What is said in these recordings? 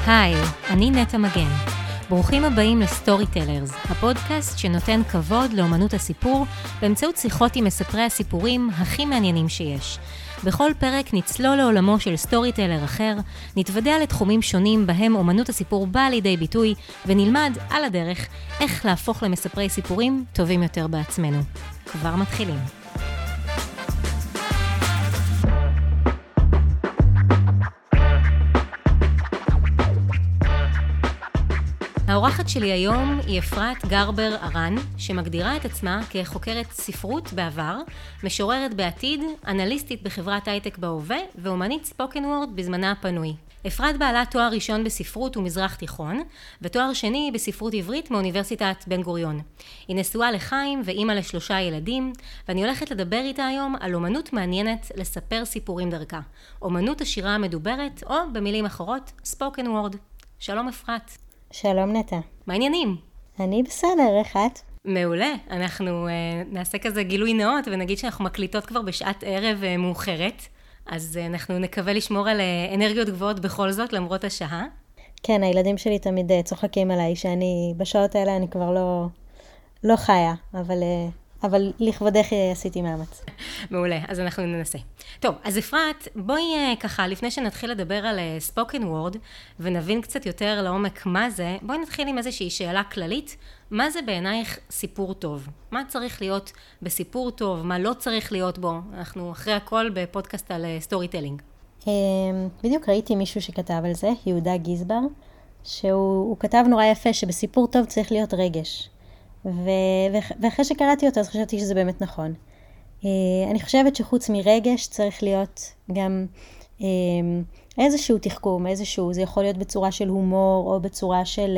היי, אני נטע מגן. ברוכים הבאים לסטורי טלרס, הפודקאסט שנותן כבוד לאמנות הסיפור באמצעות שיחות עם מספרי הסיפורים הכי מעניינים שיש. בכל פרק נצלול לעולמו של סטורי טלר אחר, נתוודע לתחומים שונים בהם אמנות הסיפור באה לידי ביטוי, ונלמד על הדרך איך להפוך למספרי סיפורים טובים יותר בעצמנו. כבר מתחילים. האורחת שלי היום היא אפרת גרבר ארן, שמגדירה את עצמה כחוקרת ספרות בעבר, משוררת בעתיד, אנליסטית בחברת הייטק בהווה, ואומנית ספוקן וורד בזמנה הפנוי. אפרת בעלת תואר ראשון בספרות ומזרח תיכון, ותואר שני בספרות עברית מאוניברסיטת בן גוריון. היא נשואה לחיים ואימא ל3 ילדים, ואני הולכת לדבר איתה היום על אומנות מעניינת לספר סיפורים דרכה. אומנות השירה המדוברת, או במילים אחרות, ספוקן וורד. שלום אפרת. שלום נטע. מה העניינים? אני בסדר, איך את? מעולה. אנחנו נעשה כזה גילוי נאות ונגיד שאנחנו מקליטות כבר בשעת ערב מאוחרת, אז אנחנו נקווה לשמור על אנרגיות גבוהות בכל זאת למרות השעה. כן, הילדים שלי תמיד צוחקים עליי שאני בשעות האלה אני כבר לא חיה, אבל לכבודך עשיתי מאמץ. מעולה, אז אנחנו ננסה. טוב, אז אפרת, בואי ככה, לפני שנתחיל לדבר על ספוקן וורד, ונבין קצת יותר לעומק מה זה, בואי נתחיל עם איזושהי שאלה כללית. מה זה בעינייך סיפור טוב? מה צריך להיות בסיפור טוב? מה לא צריך להיות בו? אנחנו אחרי הכל בפודקאסט על סטורי טלינג. בדיוק ראיתי מישהו שכתב על זה, יהודה גיזבר, שהוא כתב נורא יפה שבסיפור טוב צריך להיות רגש. ואחרי שקראתי אותו אז חשבתי שזה באמת נכון. אני חושבת שחוץ מרגש צריך להיות גם איזשהו תחכום, זה יכול להיות בצורה של הומור או בצורה של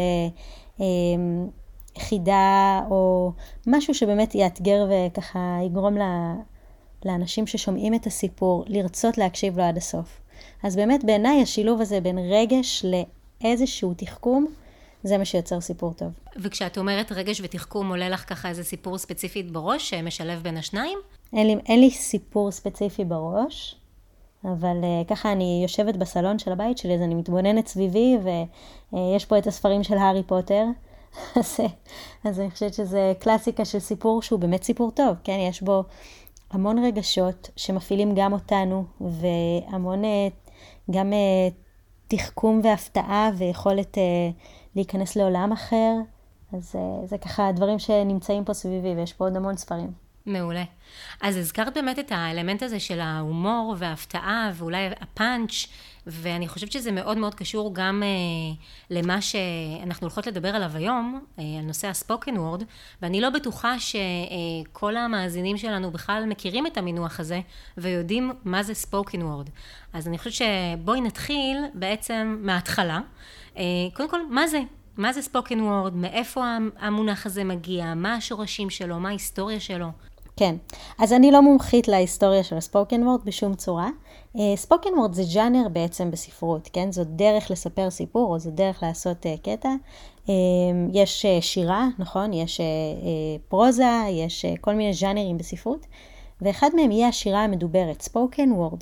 חידה או משהו שבאמת יאתגר וככה יגרום לאנשים ששומעים את הסיפור לרצות להקשיב לו עד הסוף. אז באמת בעיניי השילוב הזה בין רגש לאיזשהו תחכום זה מה שיוצר סיפור טוב. וכשאת אומרת רגש ותחכום, עולה לך ככה איזה סיפור ספציפית בראש שמשלב בין השניים? אין לי סיפור ספציפי בראש, אבל ככה אני יושבת בסלון של הבית שלי, אז אני מתבוננת סביבי, ויש פה את הספרים של הארי פוטר, אז אני חושבת שזה קלאסיקה של סיפור שהוא באמת סיפור טוב, כן? יש בו המון רגשות שמפעילים גם אותנו, והמון גם תחכום והפתעה ויכולת להיכנס לעולם אחר, אז זה ככה הדברים שנמצאים פה סביבי, ויש פה עוד המון ספרים. מעולה. אז הזכרת באמת את האלמנט הזה של ההומור וההפתעה, ואולי הפאנץ', ואני חושבת שזה מאוד מאוד קשור גם למה שאנחנו הולכות לדבר עליו היום, על נושא הספוקן וורד, ואני לא בטוחה שכל המאזינים שלנו בכלל מכירים את המינוח הזה, ויודעים מה זה ספוקן וורד. אז אני חושבת שבואי נתחיל בעצם מההתחלה. קודם כל, מה זה? מה זה ספוקן וורד? מאיפה המונח הזה מגיע? מה השורשים שלו? מה ההיסטוריה שלו? כן, אז אני לא מומחית להיסטוריה של הספוקן וורד בשום צורה. ספוקן וורד זה ג'אנר בעצם בספרות, כן? זו דרך לספר סיפור, או זו דרך לעשות קטע. יש שירה, נכון? יש פרוזה, יש כל מיני ג'אנרים בספרות, ואחד מהם יהיה השירה המדוברת, ספוקן וורד.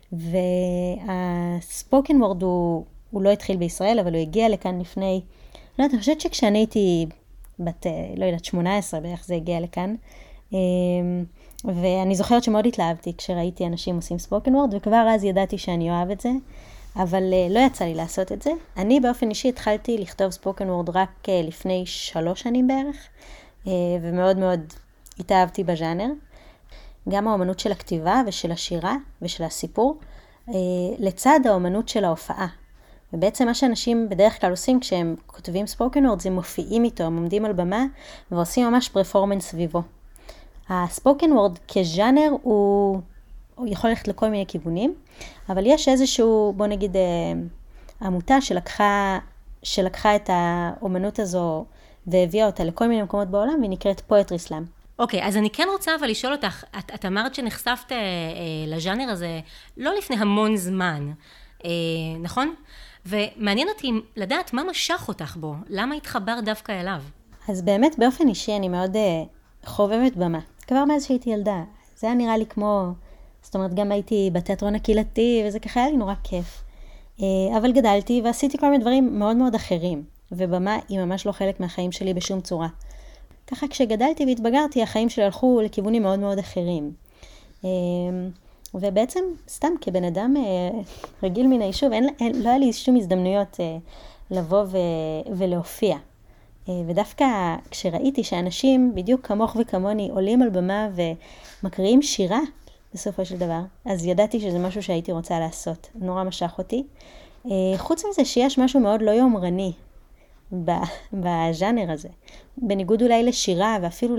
והספוקן וורד הוא לא התחיל בישראל, אבל הוא הגיע לכאן לפני, לא יודעת, אני חושבת שכשאני הייתי בת, 18 בערך זה הגיע לכאן, ואני זוכרת שמאוד התלהבתי כשראיתי אנשים עושים ספוקן וורד, וכבר אז ידעתי שאני אוהב את זה, אבל לא יצא לי לעשות את זה. אני באופן אישי התחלתי לכתוב ספוקן וורד רק לפני 3 שנים בערך, ומאוד מאוד התאהבתי בז'אנר. גם האומנות של הכתיבה ושל השירה ושל הסיפור, לצד האומנות של ההופעה. ובעצם מה שאנשים בדרך כלל עושים כשהם כותבים ספוקן וורד, זה מופיעים איתו, הם עומדים על במה ועושים ממש פרפורמנס סביבו. הספוקן וורד כז'אנר הוא יכול ללכת לכל מיני כיוונים, אבל יש איזשהו, בוא נגיד, עמותה שלקחה את האומנות הזו והביאה אותה לכל מיני מקומות בעולם, והיא נקראת פואטרי סלאם. אוקיי, אז אני כן רוצה אבל לשאול אותך, את אמרת שנחשפת לז'אנר הזה לא לפני המון זמן, נכון? ומעניין אותי לדעת מה משך אותך בו, למה התחבר דווקא אליו? אז באמת באופן אישי אני מאוד חובבת במה, כבר מאז שהייתי ילדה. זה היה נראה לי כמו, זאת אומרת גם הייתי בתיאטרון הקהילתי, וזה ככה היה לי נורא כיף. אבל גדלתי ועשיתי כל מיני דברים מאוד מאוד אחרים, ובמה היא ממש לא חלק מהחיים שלי בשום צורה. ככה כשגדלתי והתבגרתי, החיים שלי הלכו לכיוונים מאוד מאוד אחרים. ובעצם סתם כבן אדם רגיל מן היישוב, לא היה לי שום הזדמנויות לבוא ולהופיע. ודווקא כשראיתי שאנשים בדיוק כמוך וכמוני עולים על במה ומקריאים שירה בסופו של דבר, אז ידעתי שזה משהו שהייתי רוצה לעשות. נורא משך אותי. חוץ מזה שיש משהו מאוד לא יומרני בז'אנר הזה. בניגוד אולי לשירה ואפילו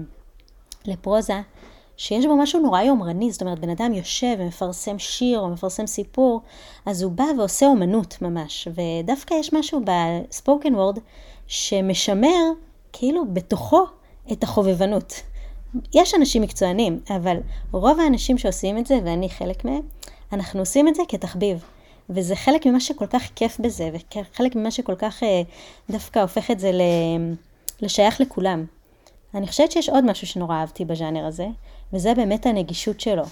לפרוזה, שיש בו משהו נורא יומרני. זאת אומרת, בן אדם יושב ומפרסם שיר או מפרסם סיפור, אז הוא בא ועושה אומנות ממש. ודווקא יש משהו בספוקן וורד שמשמר כאילו בתוכו את החובבנות. יש אנשים מקצוענים, אבל רוב האנשים שעושים את זה, ואני חלק מהם, אנחנו עושים את זה כתחביב. וזה חלק ממה שכל כך כיף בזה, וחלק ממה שכל כך דווקא הופך את זה לשייך לכולם. אני חושבת שיש עוד משהו שנורא אהבתי בז'אנר הזה, וזה באמת הנגישות שלו.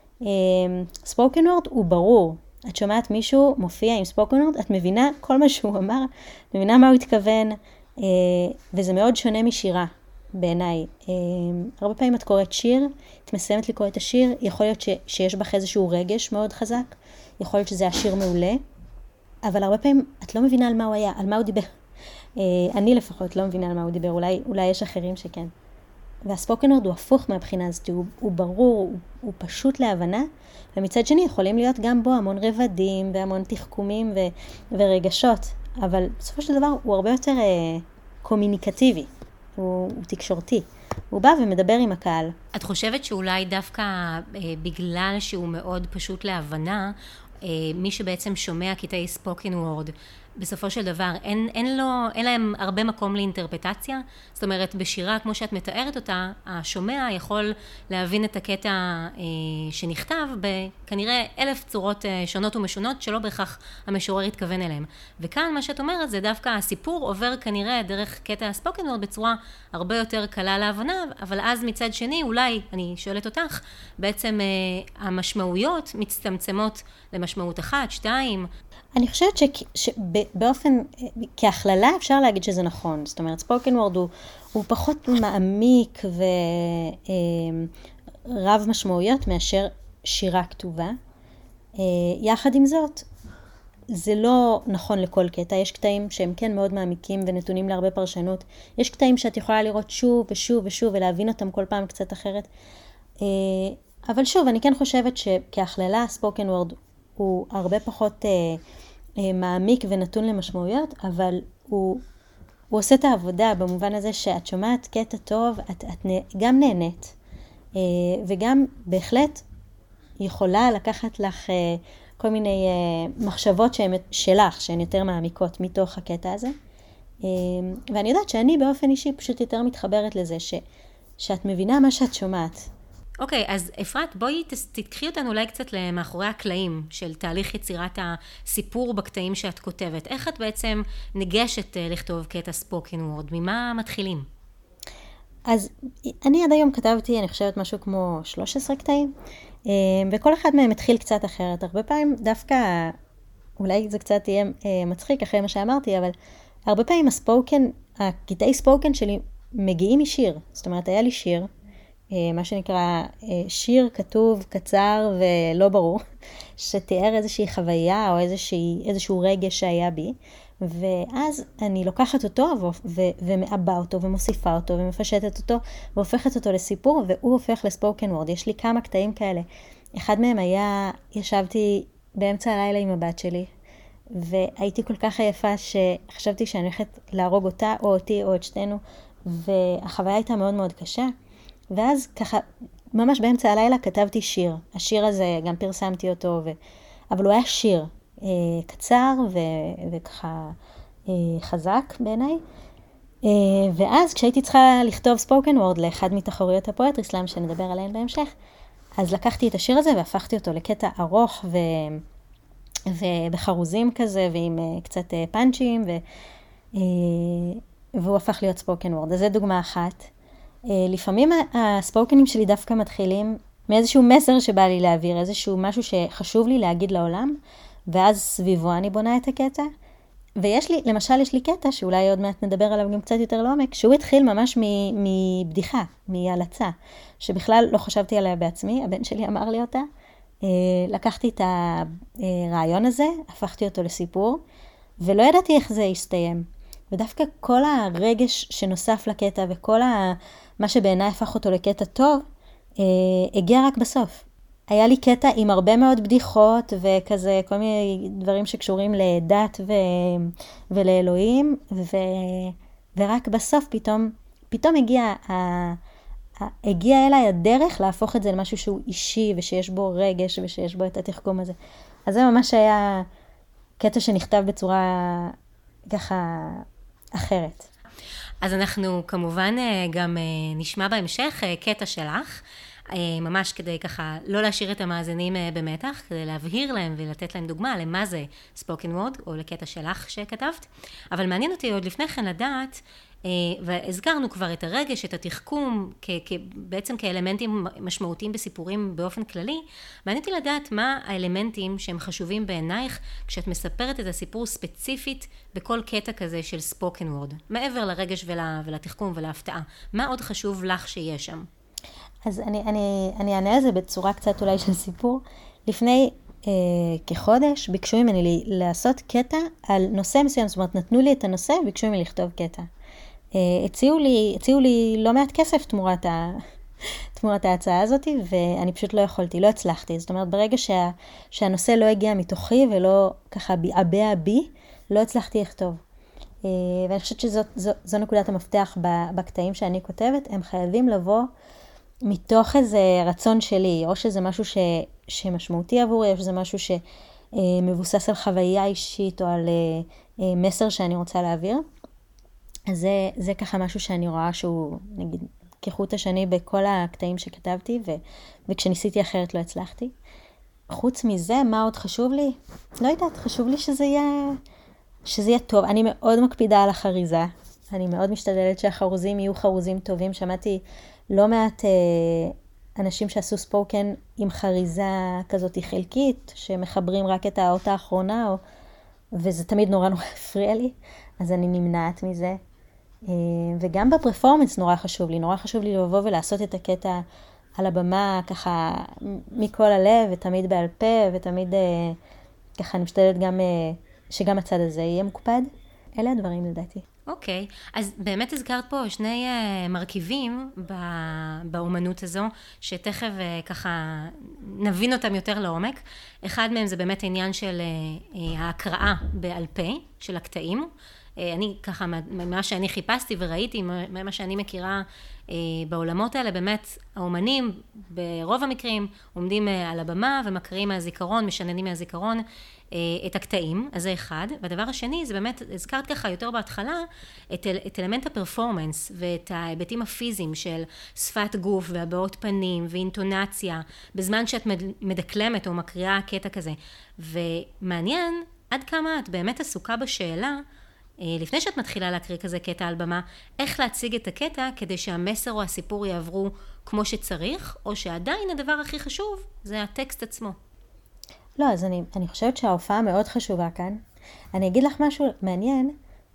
ספוקן וורד הוא ברור. את שומעת מישהו מופיע עם ספוקן וורד, את מבינה כל מה שהוא אמר, מבינה מה הוא התכוון, וזה מאוד שונה משירה בעיניי. הרבה פעמים את קוראת שיר, את מסיימת לקרוא את השיר, יכול להיות שיש בך איזשהו רגש מאוד חזק, יכול להיות שזה השיר מעולה, אבל הרבה פעמים את לא מבינה על מה הוא היה, על מה הוא דיבר. אני לפחות לא מבינה על מה הוא דיבר, אולי יש אחרים שכן. והספוקן וורד הוא הפוך מהבחינה הזאת, הוא ברור, הוא פשוט להבנה, ומצד שני יכולים להיות גם בו המון רבדים והמון תחכומים ורגשות, אבל בסופו של דבר הוא הרבה יותר קומוניקטיבי, הוא תקשורתי. הוא בא ומדבר עם הקהל. את חושבת שאולי דווקא בגלל שהוא מאוד פשוט להבנה, מי שבעצם שומע קטעי ספוקן וורד, בסופו של דבר אין להם הרבה מקום לאינטרפטציה? זאת אומרת, בשירה כמו שאת מתארת אותה, השומע יכול להבין את הקטע שנכתב בכנראה 1000 צורות שונות ומשונות שלא בהכרח המשורר התכוון אליהם. וכאן מה שאת אומרת זה דווקא הסיפור עובר כנראה דרך קטע הספוקן וורד בצורה הרבה יותר קלה להבנה, אבל אז מצד שני אולי, אני שואלת אותך, בעצם המשמעויות מצטמצמות למשמעות 1, 2. אני חושבת שבאופן, כהכללה אפשר להגיד שזה נכון. זאת אומרת, ספוקן וורד הוא פחות מעמיק ורב משמעויות מאשר שירה כתובה. יחד עם זאת, זה לא נכון לכל קטע. יש קטעים שהם כן מאוד מעמיקים ונתונים להרבה פרשנות. יש קטעים שאת יכולה לראות שוב ושוב ושוב ולהבין אותם כל פעם קצת אחרת. אבל שוב, אני כן חושבת שכהכללה ספוקן וורד הוא הרבה פחות מעמיק ונתון למשמעויות, אבל הוא עושה את העבודה במובן הזה שאת שומעת קטע טוב, את גם נהנית, וגם בהחלט יכולה לקחת לך כל מיני מחשבות שלך, שהן יותר מעמיקות מתוך הקטע הזה. ואני יודעת שאני באופן אישי פשוט יותר מתחברת לזה, שאת מבינה מה שאת שומעת. אוקיי, אז אפרת, בואי תתקחי אותנו אולי קצת למאחורי הקלעים של תהליך יצירת הסיפור בקטעים שאת כותבת. איך את בעצם ניגשת לכתוב קטע ספוקן וורד? ממה מתחילים? אז אני עד היום כתבתי, אני חושבת משהו כמו 13 קטעים, וכל אחד מהם התחיל קצת אחרת. הרבה פעמים דווקא, אולי זה קצת יהיה מצחיק אחרי מה שאמרתי, אבל הרבה פעמים הקטעי ספוקן שלי מגיעים משיר. זאת אומרת, היה לי שיר, מה שנקרא שיר כתוב קצר ולא ברור, שתיאר איזושהי חוויה או איזשהו רגש שהיה בי, ואז אני לוקחת אותו ומעבה אותו ומוסיפה אותו ומפשטת אותו והופכת אותו לסיפור, והוא הופך לספוקן וורד. יש לי כמה קטעים כאלה. אחד מהם היה, ישבתי באמצע הלילה עם הבת שלי, והייתי כל כך עייפה שחשבתי שאני הולכת להרוג אותה או אותי או את שתינו, והחוויה הייתה מאוד מאוד קשה. ואז ככה, ממש באמצע הלילה כתבתי שיר. השיר הזה, גם פרסמתי אותו, אבל הוא היה שיר קצר וככה חזק בעיניי. ואז כשהייתי צריכה לכתוב ספוקן וורד לאחד מתחרויות הפואטרי סלאם, שנדבר עליהן בהמשך, אז לקחתי את השיר הזה והפכתי אותו לקטע ארוך ובחרוזים כזה, ועם קצת פאנצ'ים, והוא הפך להיות ספוקן וורד. אז זו דוגמה אחת. לפעמים הספוקנים שלי דווקא מתחילים מאיזשהו מסר שבא לי להעביר, איזשהו משהו שחשוב לי להגיד לעולם, ואז סביבו אני בונה את הקטע. ויש לי, למשל יש לי קטע, שאולי עוד מעט נדבר עליו גם קצת יותר לעומק, שהוא התחיל ממש מבדיחה, מהלצה, שבכלל לא חשבתי עליה בעצמי, הבן שלי אמר לי אותה. לקחתי את הרעיון הזה, הפכתי אותו לסיפור, ולא ידעתי איך זה יסתיים. ודווקא כל הרגש שנוסף לקטע, וכל מה שבעיניי הפך אותו לקטע טוב, הגיע רק בסוף. היה לי קטע עם הרבה מאוד בדיחות, וכזה כל מיני דברים שקשורים לדת ולאלוהים, ורק בסוף פתאום הגיע אליי הדרך להפוך את זה למשהו שהוא אישי, ושיש בו רגש, ושיש בו את התחכום הזה. אז זה ממש היה קטע שנכתב בצורה ככה אחרת. אז אנחנו כמובן גם נשמע בהמשך קטע שלך, ממש כדי ככה לא להשאיר את המאזינים במתח, כדי להבהיר להם ולתת להם דוגמה למה זה ספוקן וורד, או לקטע שלך שכתבת. אבל מעניין אותי עוד לפני כן לדעת, והזכרנו כבר את הרגש, את התחכום, בעצם כאלמנטים משמעותיים בסיפורים באופן כללי, מעניין אותי לדעת מה האלמנטים שהם חשובים בעינייך, כשאת מספרת את הסיפור ספציפית בכל קטע כזה של ספוקן וורד, מעבר לרגש ולתחכום ולהפתעה. מה עוד חשוב לך שיש שם? אז אני אענה על זה בצורה קצת אולי של סיפור. לפני כחודש ביקשו ממני לעשות קטע על נושא מסוים, זאת אומרת נתנו לי את הנושא וביקשו ממני לכתוב קטע. הציעו לי לא מעט כסף תמורת ההצעה הזאת, ואני פשוט לא יכולתי, לא הצלחתי. זאת אומרת, ברגע שהנושא לא הגיע מתוכי ולא ככה ביעבע בי, לא הצלחתי לכתוב. ואני חושבת שזו נקודת המפתח בקטעים שאני כותבת, הם חייבים לבוא מתוך איזה רצון שלי, או שזה משהו שמשמעותי עבורי, או שזה משהו שמבוסס על חוויה אישית, או על מסר שאני רוצה להעביר. אז זה ככה משהו שאני רואה שהוא, נגיד, כחוט השני בכל הקטעים שכתבתי, וכשניסיתי אחרת לא הצלחתי. חוץ מזה, מה עוד חשוב לי? לא יודעת, חשוב לי שזה יהיה טוב. אני מאוד מקפידה על החריזה. אני מאוד משתדלת שהחרוזים יהיו חרוזים טובים. שמעתי לא מעט אנשים שעשו ספוקן עם חריזה כזאת חלקית, שמחברים רק את האות האחרונה, וזה תמיד נורא הפריע לי, אז אני נמנעת מזה. וגם בפרפורמנס נורא חשוב לי לבוא ולעשות את הקטע על הבמה ככה מכל הלב, ותמיד בעל פה, ותמיד ככה אני משתדלת גם שגם הצד הזה יהיה מוקפד. אלה הדברים לדעתי. אוקיי, אז באמת הזכרת פה שני מרכיבים באומנות הזו, שתכף ככה נבין אותם יותר לעומק. אחד מהם זה באמת העניין של ההקראה בעל פה של הקטעים. אני ככה, ממה שאני חיפשתי וראיתי, ממה שאני מכירה בעולמות האלה, באמת האומנים ברוב המקרים עומדים על הבמה ומקריאים מהזיכרון, משננים מהזיכרון את הקטעים, אז זה אחד. והדבר השני, זה באמת, הזכרת ככה יותר בהתחלה, את אלמנט הפרפורמנס ואת ההיבטים הפיזיים של שפת גוף והבעות פנים ואינטונציה, בזמן שאת מדקלמת או מקריאה קטע כזה. ומעניין עד כמה את באמת עסוקה בשאלה, לפני שאת מתחילה להקריא כזה קטע על במה, איך להציג את הקטע כדי שהמסר או הסיפור יעברו כמו שצריך, או שעדיין הדבר הכי חשוב זה הטקסט עצמו. לא, אז אני חושבת שההופעה מאוד חשובה כאן. אני אגיד לך משהו מעניין,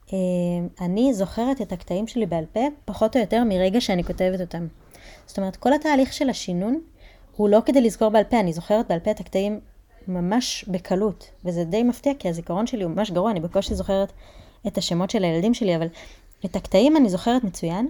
אני זוכרת את הקטעים שלי בעל פה פחות או יותר מרגע שאני כותבת אותם. זאת אומרת, כל התהליך של השינון הוא לא כדי לזכור בעל פה, אני זוכרת בעל פה את הקטעים ממש בקלות, וזה די מפתיע כי הזיכרון שלי הוא ממש גרוע, אני בקושי זוכרת את השמות של הילדים שלי, אבל את הקטעים אני זוכרת מצוין,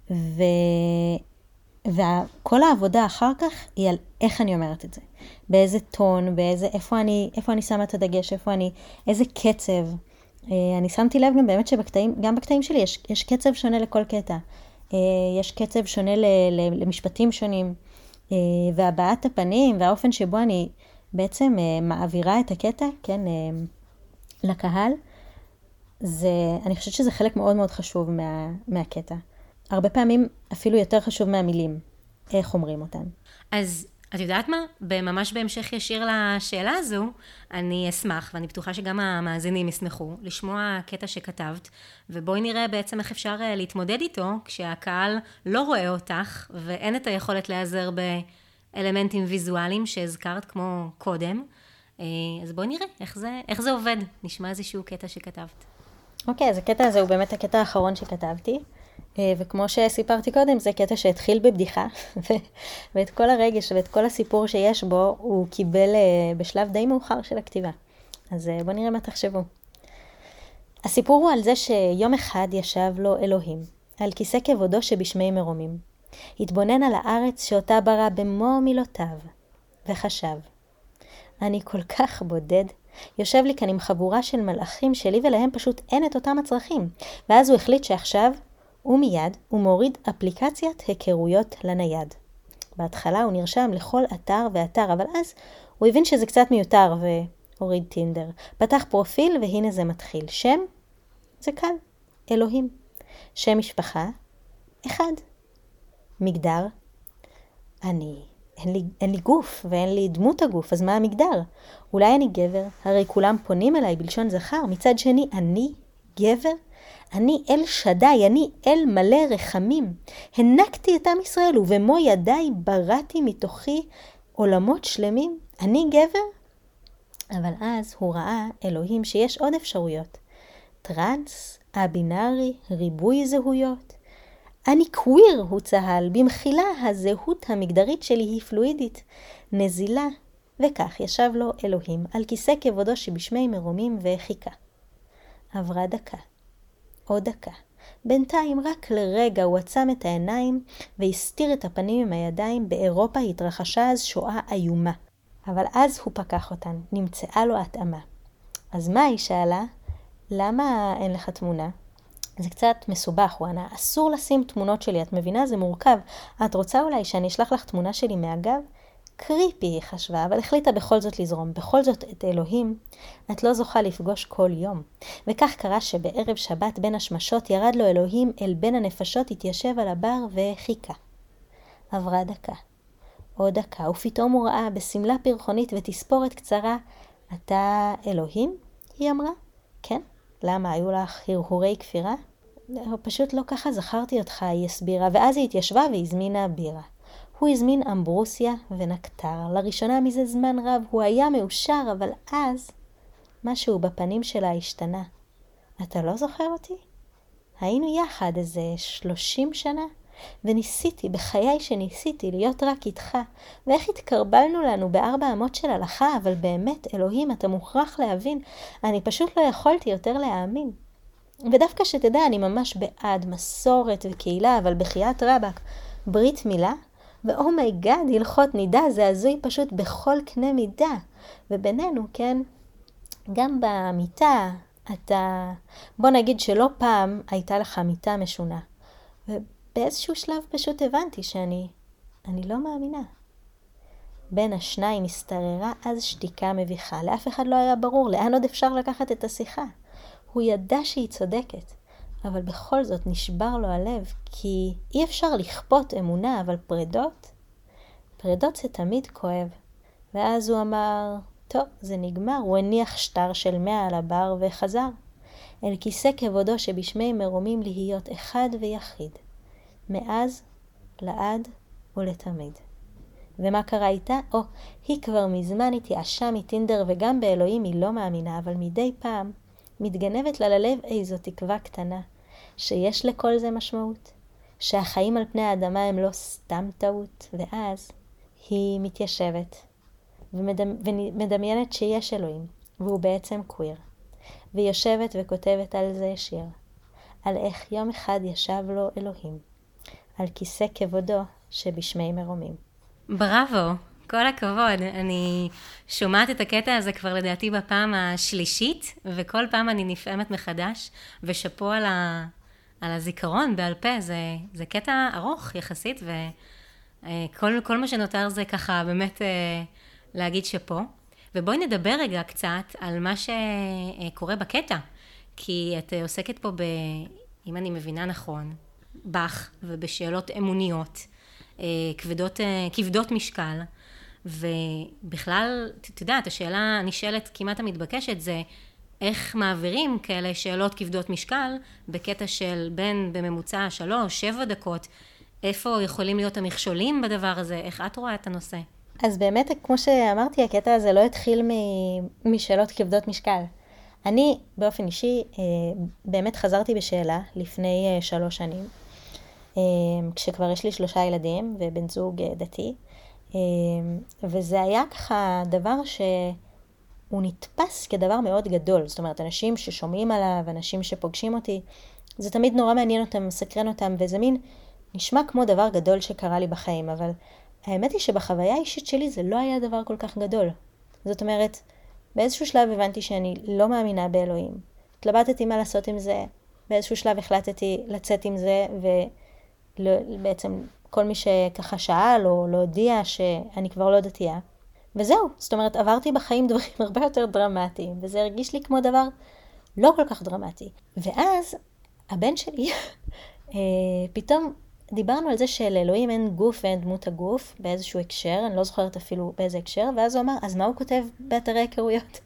וכל העבודה אחר כך היא על איך אני אומרת את זה. באיזה טון, איפה אני שמה את הדגש, איזה קצב. אני שמתי לב גם באמת גם בקטעים שלי יש קצב שונה לכל קטע. יש קצב שונה למשפטים שונים, והבעת הפנים והאופן שבו אני בעצם מעבירה את הקטע, כן, לקהל. אני חושבת שזה חלק מאוד מאוד חשוב מהקטע. הרבה פעמים אפילו יותר חשוב מהמילים, איך אומרים אותן. אז את יודעת מה? ממש בהמשך ישיר לשאלה הזו, אני אשמח, ואני בטוחה שגם המאזינים ישמחו, לשמוע קטע שכתבת, ובואי נראה בעצם איך אפשר להתמודד איתו, כשהקהל לא רואה אותך, ואין את היכולת להיעזר באלמנטים ויזואליים שהזכרת כמו קודם. אז בואי נראה איך זה עובד. נשמע איזשהו קטע שכתבת. אוקיי, אז הקטע הזה הוא באמת הקטע האחרון שכתבתי, וכמו שסיפרתי קודם, זה קטע שהתחיל בבדיחה, ואת כל הרגש ואת כל הסיפור שיש בו, הוא קיבל בשלב די מאוחר של הכתיבה. אז בואו נראה מה תחשבו. הסיפור הוא על זה שיום אחד ישב לו אלוהים, על כיסא כבודו שבשמי מרומים. התבונן על הארץ שאותה ברא במו מילותיו, וחשב, אני כל כך בודד, יושב לי כאן עם חבורה של מלאכים שלי ולהם פשוט אין את אותם הצרכים. ואז הוא החליט שעכשיו ומיד הוא מוריד אפליקציית היכרויות לנייד. בהתחלה הוא נרשם לכל אתר ואתר, אבל אז הוא הבין שזה קצת מיותר והוריד טינדר. פתח פרופיל והנה זה מתחיל. שם? זה קל. אלוהים. שם משפחה? אחד. מגדר? אין לי גוף ואין לי דמות הגוף, אז מה המגדר? אולי אני גבר, הרי כולם פונים אליי בלשון זכר, מצד שני אני גבר? אני אל שדי, אני אל מלא רחמים. הנקתי את עם ישראל ובמו ידיי בראתי מתוכי עולמות שלמים. אני גבר? אבל אז הוא ראה אלוהים שיש עוד אפשרויות. טרנס, הבינארי, ריבוי זהויות. אני קוויר, הוא צהל, במחילה הזהות המגדרית שלי היא פלואידית, נזילה, וכך ישב לו אלוהים על כיסא כבודו שבשמי מרומים וחיכה. עברה דקה, עוד דקה. בינתיים רק לרגע הוא עצם את העיניים והסתיר את הפנים עם הידיים. באירופה התרחשה אז שואה איומה. אבל אז הוא פקח אותן, נמצאה לו התאמה. אז מה היא שאלה? למה אין לך תמונה? זה קצת מסובך, הוא ענה, אסור לשים תמונות שלי, את מבינה? זה מורכב. את רוצה אולי שאני אשלח לך תמונה שלי מהגב? קריפי, היא חשבה, אבל החליטה בכל זאת לזרום. בכל זאת את אלוהים את לא זוכה לפגוש כל יום. וכך קרה שבערב שבת בין השמשות ירד לו אלוהים אל בין הנפשות, התיישב על הבר וחיכה. עברה דקה, עוד דקה, ופתאום הוא ראה בסמלה פרחונית ותספורת קצרה, אתה אלוהים? היא אמרה. כן. למה? היו לך הרהורי כפירה? פשוט לא ככה זכרתי אותך, היא הסבירה, ואז היא התיישבה והזמינה בירה. הוא הזמין אמברוסיה ונקטר. לראשונה מזה זמן רב הוא היה מאושר, אבל אז משהו בפנים שלה השתנה. אתה לא זוכר אותי? היינו יחד איזה 30 שנה, וניסיתי, בחיי שניסיתי להיות רק איתך, ואיך התקרבלנו לנו בארבע אמות של הלכה, אבל באמת, אלוהים, אתה מוכרח להבין, אני פשוט לא יכולתי יותר להאמין. ודווקא שתדע, אני ממש בעד מסורת וקהילה, אבל בחייאת רבק, ברית מילה, ואומייגאד, הלכות נידה, זה הזוי פשוט בכל קנה מידה. ובינינו, כן, גם במיטה, בוא נגיד שלא פעם הייתה לך מיטה משונה. ובאיזשהו שלב פשוט הבנתי שאני לא מאמינה. בין השניים הסתררה אז שתיקה מביכה. לאף אחד לא היה ברור לאן עוד אפשר לקחת את השיחה. הוא ידע שהיא צודקת, אבל בכל זאת נשבר לו הלב, כי אי אפשר לכפות אמונה, אבל פרדות זה תמיד כואב. ואז הוא אמר, טוב, זה נגמר. הוא הניח שטר של 100 על הבר וחזר אל כיסא כבודו שבשמי מרומים להיות אחד ויחיד, מאז, לעד ולתמיד. ומה קרה איתה? היא כבר מזמן התייאשה מטינדר, וגם באלוהים היא לא מאמינה, אבל מדי פעם מתגנבת לה ללב איזו תקווה קטנה, שיש לכל זה משמעות, שהחיים על פני האדמה הם לא סתם טעות, ואז היא מתיישבת ומדמיינת שיש אלוהים, והוא בעצם קוויר, והיא יושבת וכותבת על זה שיר, על איך יום אחד ישב לו אלוהים, על כיסא כבודו שבשמי מרומים. בראבו, כל הכבוד. אני שומעת את הקטע הזה כבר לדעתי בפעם השלישית, וכל פעם אני נפעמת מחדש, ושפו על הזיכרון בעל פה. זה קטע ארוך יחסית, וכל מה שנותר זה ככה באמת להגיד שפו. ובואי נדבר רגע קצת על מה שקורה בקטע, כי את עוסקת פה אם אני מבינה נכון, בך ובשאלות אמוניות, כבדות משקל, ובכלל, אתה יודעת, השאלה הנשאלת כמעט המתבקשת זה, איך מעבירים כאלה שאלות כבדות משקל בקטע של בין בממוצע 3-7 דקות, איפה יכולים להיות המכשולים בדבר הזה, איך את רואה את הנושא? אז באמת, כמו שאמרתי, הקטע הזה לא התחיל משאלות כבדות משקל. אני, באופן אישי, באמת חזרתי בשאלה לפני 3 שנים, כשכבר יש לי 3 ילדים ובן זוג דתי, וזה היה ככה דבר שהוא נתפס כדבר מאוד גדול. זאת אומרת, אנשים ששומעים עליו, אנשים שפוגשים אותי, זה תמיד נורא מעניין אותם, מסקרן אותם, וזה מין נשמע כמו דבר גדול שקרה לי בחיים, אבל האמת היא שבחוויה האישית שלי זה לא היה דבר כל כך גדול. זאת אומרת, באיזשהו שלב הבנתי שאני לא מאמינה באלוהים. התלבטתי מה לעשות עם זה, באיזשהו שלב החלטתי לצאת עם זה, ובעצם כל מי שככה שאל או לא הודיע שאני כבר לא דתייה. וזהו, זאת אומרת, עברתי בחיים דברים הרבה יותר דרמטיים, וזה הרגיש לי כמו דבר לא כל כך דרמטי. ואז הבן שלי, פתאום דיברנו על זה שלאלוהים אין גוף ואין דמות הגוף באיזשהו הקשר, אני לא זוכרת אפילו באיזה הקשר, ואז הוא אמר, אז מה הוא כותב באתרי היכרויות?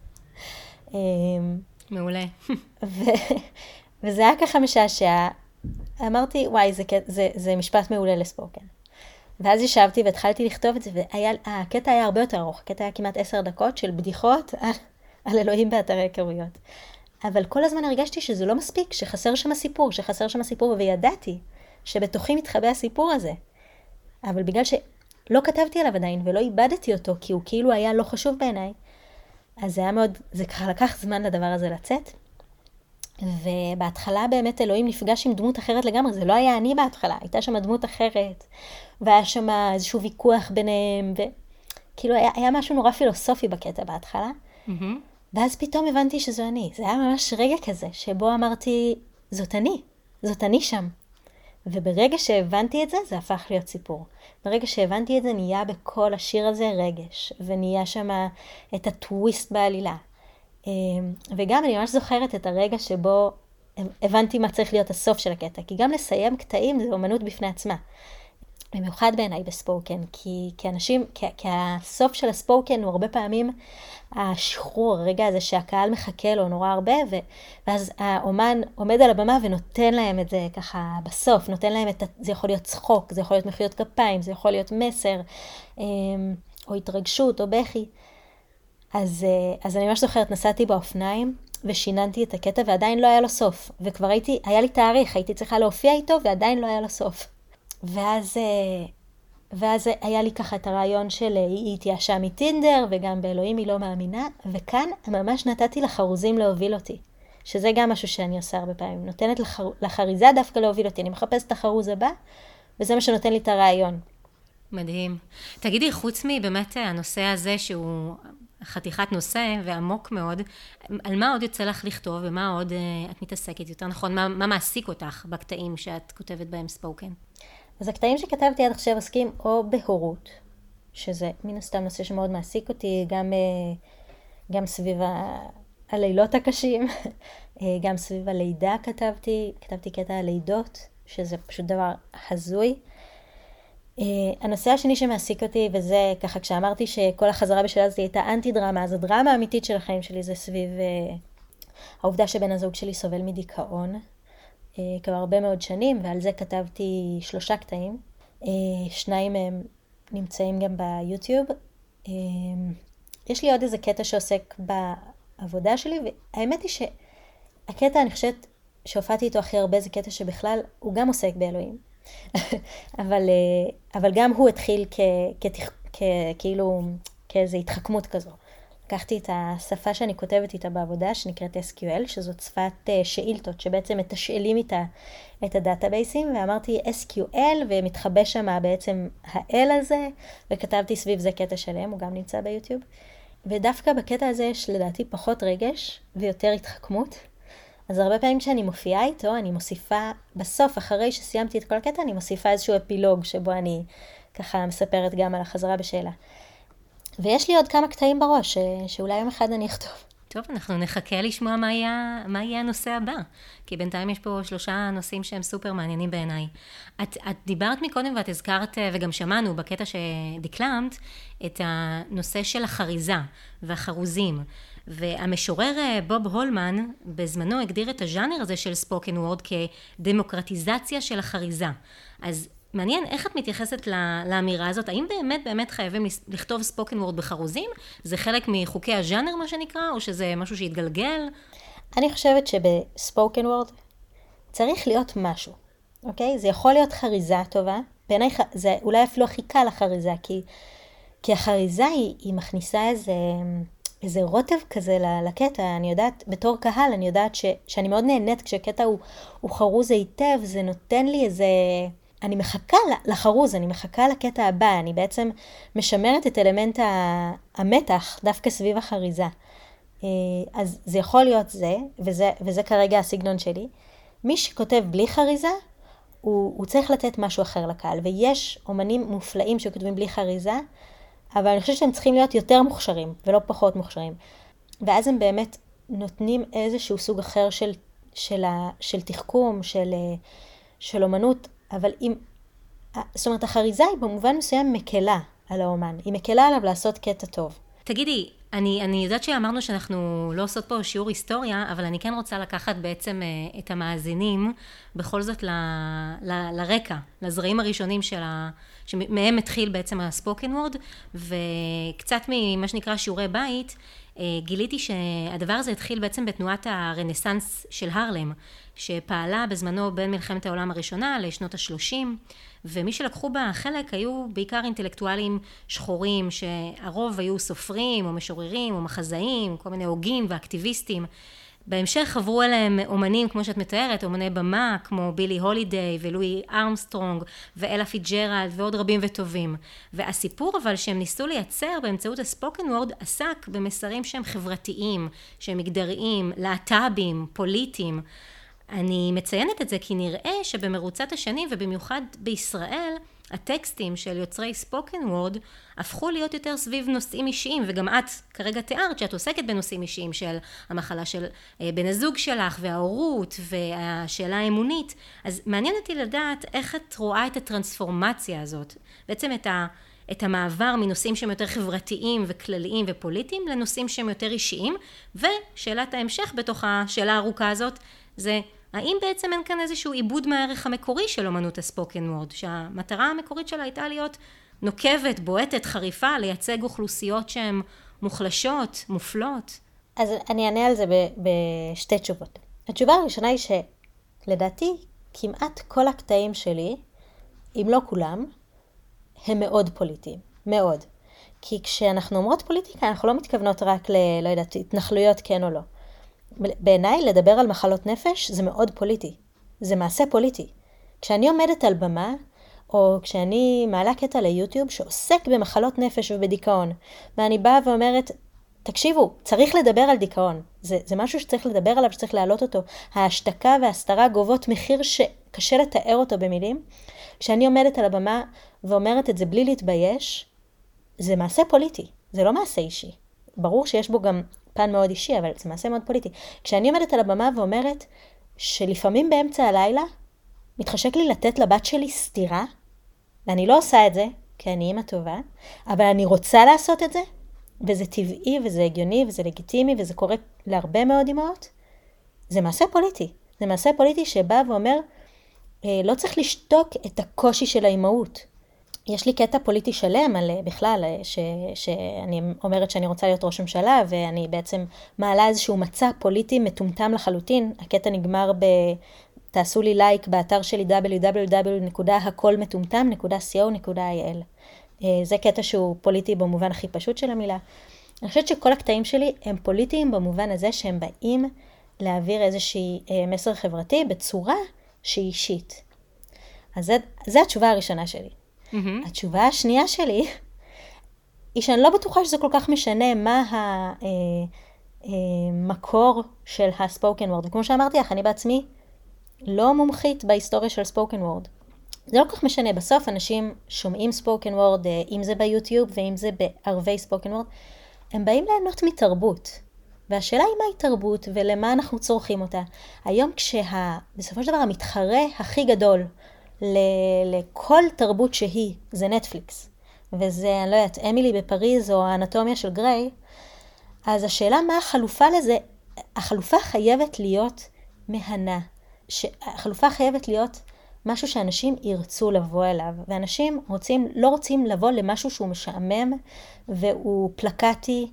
מעולה. וזה היה ככה משעשע. אמרתי, וואי, זה משפט מעולה לספוקן. ואז ישבתי והתחלתי לכתוב את זה, והקטע היה הרבה יותר ארוך, הקטע היה כמעט 10 דקות של בדיחות על אלוהים באתרי היכרויות. אבל כל הזמן הרגשתי שזה לא מספיק, שחסר שם סיפור, וידעתי שבתוכי מתחבא הסיפור הזה. אבל בגלל שלא כתבתי עליו עדיין ולא איבדתי אותו, כי הוא כאילו היה לא חשוב בעיניי, אז זה ככה לקח זמן לדבר הזה לצאת. ובהתחלה באמת אלוהים נפגש עם דמות אחרת לגמרי, זה לא היה אני בהתחלה, הייתה שם דמות אחרת, והיה שם איזשהו ויכוח ביניהם, וכאילו היה משהו נורא פילוסופי בקטע בהתחלה. ואז פתאום הבנתי שזו אני. זה היה ממש רגע כזה, שבו אמרתי, זאת אני שם. וברגע שהבנתי את זה, זה הפך להיות סיפור. ברגע שהבנתי את זה, נהיה בכל השיר הזה רגש, ונהיה שם את הטוויסט בעלילה. וגם אני ממש זוכרת את הרגע שבו הבנתי מה צריך להיות הסוף של הקטע, כי גם לסיים קטעים זה אומנות בפני עצמה. במיוחד בעיניי בספוקן, כי הסוף של הספוקן הוא הרבה פעמים השחרור, הרגע הזה שהקהל מחכה לו נורא הרבה, ואז האומן עומד על הבמה ונותן להם את זה ככה בסוף, נותן להם זה יכול להיות צחוק, זה יכול להיות מחיאות כפיים, זה יכול להיות מסר, או התרגשות, או בכי. אז אני ממש זוכרת, נסעתי באופניים, ושיננתי את הקטע, ועדיין לא היה לו סוף. וכבר היה לי תאריך, הייתי צריכה להופיע איתו, ועדיין לא היה לו סוף. ואז היה לי ככה את הרעיון של היא התייאשה מטינדר, וגם באלוהים היא לא מאמינה, וכאן ממש נתתי לחרוזים להוביל אותי. שזה גם משהו שאני עושה הרבה פעמים. נותנת לחריזה דווקא להוביל אותי. אני מחפשת את החרוז הבא, וזה מה שנותן לי את הרעיון. מדהים. תגידי, חוץ מבאמת הנושא הזה שהוא חתיכת נושא ועמוק מאוד, על מה עוד יוצא לך לכתוב ומה עוד את מתעסקת יותר נכון? מה מעסיק אותך בקטעים שאת כותבת בהם ספוקן? אז הקטעים שכתבתי עד עכשיו עסקים או בהורות, שזה מן הסתם נושא שמאוד מעסיק אותי, גם סביב הלילות הקשים, גם סביב הלידה כתבתי קטע על לידות, שזה פשוט דבר הזוי. הנושא השני שמעסיק אותי, וזה ככה כשאמרתי שכל החזרה בשאלה הזאת הייתה אנטי דרמה, אז הדרמה האמיתית של החיים שלי זה סביב העובדה שבן הזוג שלי סובל מדיכאון, כבר הרבה מאוד שנים, ועל זה כתבתי 3 קטעים. 2 מהם נמצאים גם ביוטיוב. יש לי עוד איזה קטע שעוסק בעבודה שלי, והאמת היא שהקטע, אני חושבת שהופעתי איתו הכי הרבה, זה קטע שבכלל הוא גם עוסק באלוהים. אבל גם הוא התחיל כאילו כאיזו התחכמות כזו. לקחתי את השפה שאני כותבת איתה בעבודה, שנקראת SQL, שזאת שפת שאילתות, שבעצם מתשאלים איתה את הדאטאבייסים, ואמרתי SQL, ומתחבא שם בעצם האל הזה, וכתבתי סביב זה קטע שלם, הוא גם נמצא ביוטיוב. ודווקא בקטע הזה יש לדעתי פחות רגש, ויותר התחכמות. אז הרבה פעמים כשאני מופיעה איתו, אני מוסיפה, בסוף, אחרי שסיימתי את כל הקטע, אני מוסיפה איזשהו אפילוג, שבו אני ככה מספרת גם על החזרה בשאלה. ויש לי עוד כמה קטעים בראש, שאולי יום אחד אני אכתוב. טוב, אנחנו נחכה לשמוע מה יהיה הנושא הבא, כי בינתיים יש פה 3 נושאים שהם סופר מעניינים בעיניי. את דיברת מקודם ואת הזכרת, וגם שמענו בקטע שדקלמת, את הנושא של החריזה והחרוזים. והמשורר בוב הולמן בזמנו הגדיר את הז'אנר הזה של ספוקן וורד כדמוקרטיזציה של החריזה. אז מעניין איך את מתייחסת לאמירה הזאת, האם באמת חייבים לכתוב ספוקן וורד בחרוזים? זה חלק מחוקי הז'אנר מה שנקרא, או שזה משהו שהתגלגל? אני חושבת שבספוקן וורד צריך להיות משהו, אוקיי? זה יכול להיות חריזה טובה, בעיניי זה אולי אפילו הכי קל החריזה, כי החריזה היא מכניסה איזה רוטב כזה לקטע. אני יודעת, בתור קהל, אני יודעת שאני מאוד נהנית כשקטע הוא חרוז היטב, זה נותן לי איזה... אני מחכה לחרוז, אני מחכה לקטע הבא, אני בעצם משמרת את אלמנט המתח דווקא סביב החריזה. אז זה יכול להיות זה, וזה כרגע הסגנון שלי. מי שכותב בלי חריזה, הוא צריך לתת משהו אחר לקהל, ויש אומנים מופלאים שכותבים בלי חריזה, אבל אני חושבת שהם צריכים להיות יותר מוכשרים, ולא פחות מוכשרים. ואז הם באמת נותנים איזשהו סוג אחר של תחכום, של אומנות, אבל זאת אומרת, החריזה היא במובן מסוים מקלה על האומן, היא מקלה עליו לעשות קטע טוב. תגידי, אני יודעת שאמרנו שאנחנו לא עושות פה שיעור היסטוריה, אבל אני כן רוצה לקחת בעצם את המאזינים, בכל זאת לרקע, לזרעים הראשונים שמהם התחיל בעצם הספוקן וורד, וקצת ממה שנקרא שיעורי בית, גיליתי שהדבר הזה התחיל בעצם בתנועת הרנסנס של הרלם, שפעלה בזמנו בין מלחמת העולם הראשונה לשנות ה-30, ומי שלקחו בה חלק היו בעיקר אינטלקטואלים שחורים, שהרוב היו סופרים או משוררים או מחזאים, כל מיני הוגים ואקטיביסטים. בהמשך חברו אליהם אומנים, כמו שאת מתארת, אומני במה, כמו בילי הולידיי ולואי ארמסטרונג ואלה פיג'רלד ועוד רבים וטובים. והסיפור אבל שהם ניסו לייצר באמצעות הספוקן וורד עסק במסרים שהם חברתיים, שהם מגדריים, להט"בים, פוליטיים. אני מציינת את זה כי נראה שבמרוצת השנים ובמיוחד בישראל, הטקסטים של יוצרי ספוקן וורד הפכו להיות יותר סביב נושאים אישיים, וגם את כרגע תיארת שאת עוסקת בנושאים אישיים של המחלה של בן הזוג שלך וההורות והשאלה האמונית. אז מעניין אותי לדעת איך את רואה את הטרנספורמציה הזאת, בעצם את המעבר מנושאים שהם יותר חברתיים וכלליים ופוליטיים לנושאים שהם יותר אישיים, ושאלת ההמשך בתוך השאלה הארוכה הזאת זה האם בעצם אין כאן איזשהו עיבוד מהערך המקורי של אומנות הספוקן וורד, שהמטרה המקורית שלה הייתה להיות נוקבת, בועטת, חריפה, לייצג אוכלוסיות שהן מוחלשות, מופלות? אז אני אענה על זה בשתי תשובות. התשובה הראשונה היא שלדעתי כמעט כל הקטעים שלי, אם לא כולם, הם מאוד פוליטיים, מאוד. כי כשאנחנו אומרות פוליטיקה, אנחנו לא מתכוונות רק לא יודעת, התנחלויות כן או לא. בעיניי לדבר על מחלות נפש זה מאוד פוליטי, זה מעשה פוליטי. כשאני עומדת על במה, או כשאני מעלה קטע ליוטיוב שעוסק במחלות נפש ובדיכאון, ואני באה ואומרת, תקשיבו, צריך לדבר על דיכאון, זה משהו שצריך לדבר עליו, שצריך להעלות אותו. ההשתקה וההסתרה גובות מחיר שקשה לתאר אותו במילים. כשאני עומדת על הבמה ואומרת את זה בלי להתבייש, זה מעשה פוליטי, זה לא מעשה אישי. ברור שיש בו גם פן מאוד אישי, אבל זה מעשה מאוד פוליטי. כשאני עומדת על הבמה ואומרת שלפעמים באמצע הלילה מתחשק לי לתת לבת שלי סתירה, ואני לא עושה את זה, כי אני אמא טובה, אבל אני רוצה לעשות את זה, וזה טבעי וזה הגיוני וזה לגיטימי וזה קורה להרבה מאוד אמהות, זה מעשה פוליטי. זה מעשה פוליטי שבא ואומר, לא צריך לשתוק את הקושי של האימהות. יש לי קטע פוליטי שלם על בכלל, שאני אומרת שאני רוצה להיות ראש ממשלה, ואני בעצם מעלה איזשהו מצע פוליטי מטומטם לחלוטין. הקטע נגמר תעשו לי לייק באתר שלי www.הכל-מטומטם.co.il. זה קטע שהוא פוליטי במובן הכי פשוט של המילה. אני חושבת שכל הקטעים שלי הם פוליטיים במובן הזה שהם באים להעביר איזושהי מסר חברתי בצורה שהיא אישית. אז זה התשובה הראשונה שלי. התשובה השנייה שלי היא שאני לא בטוחה שזה כל כך משנה מה המקור של הספוקן וורד. וכמו שאמרתי לך, אני בעצמי לא מומחית בהיסטוריה של ספוקן וורד. זה לא כל כך משנה. בסוף אנשים שומעים ספוקן וורד, אם זה ביוטיוב ואם זה בערבי ספוקן וורד, הם באים ליהנות מתרבות. והשאלה היא מהי תרבות ולמה אנחנו צורכים אותה. היום בסופו של דבר המתחרה הכי גדול לכל תרבות שהיא, זה נטפליקס. וזה, אני לא יודעת, אמילי בפריז או האנטומיה של גריי. אז השאלה מה החלופה לזה, החלופה חייבת להיות מהנה. החלופה חייבת להיות משהו שאנשים ירצו לבוא אליו, ואנשים לא רוצים לבוא למשהו שהוא משעמם, והוא פלקטי,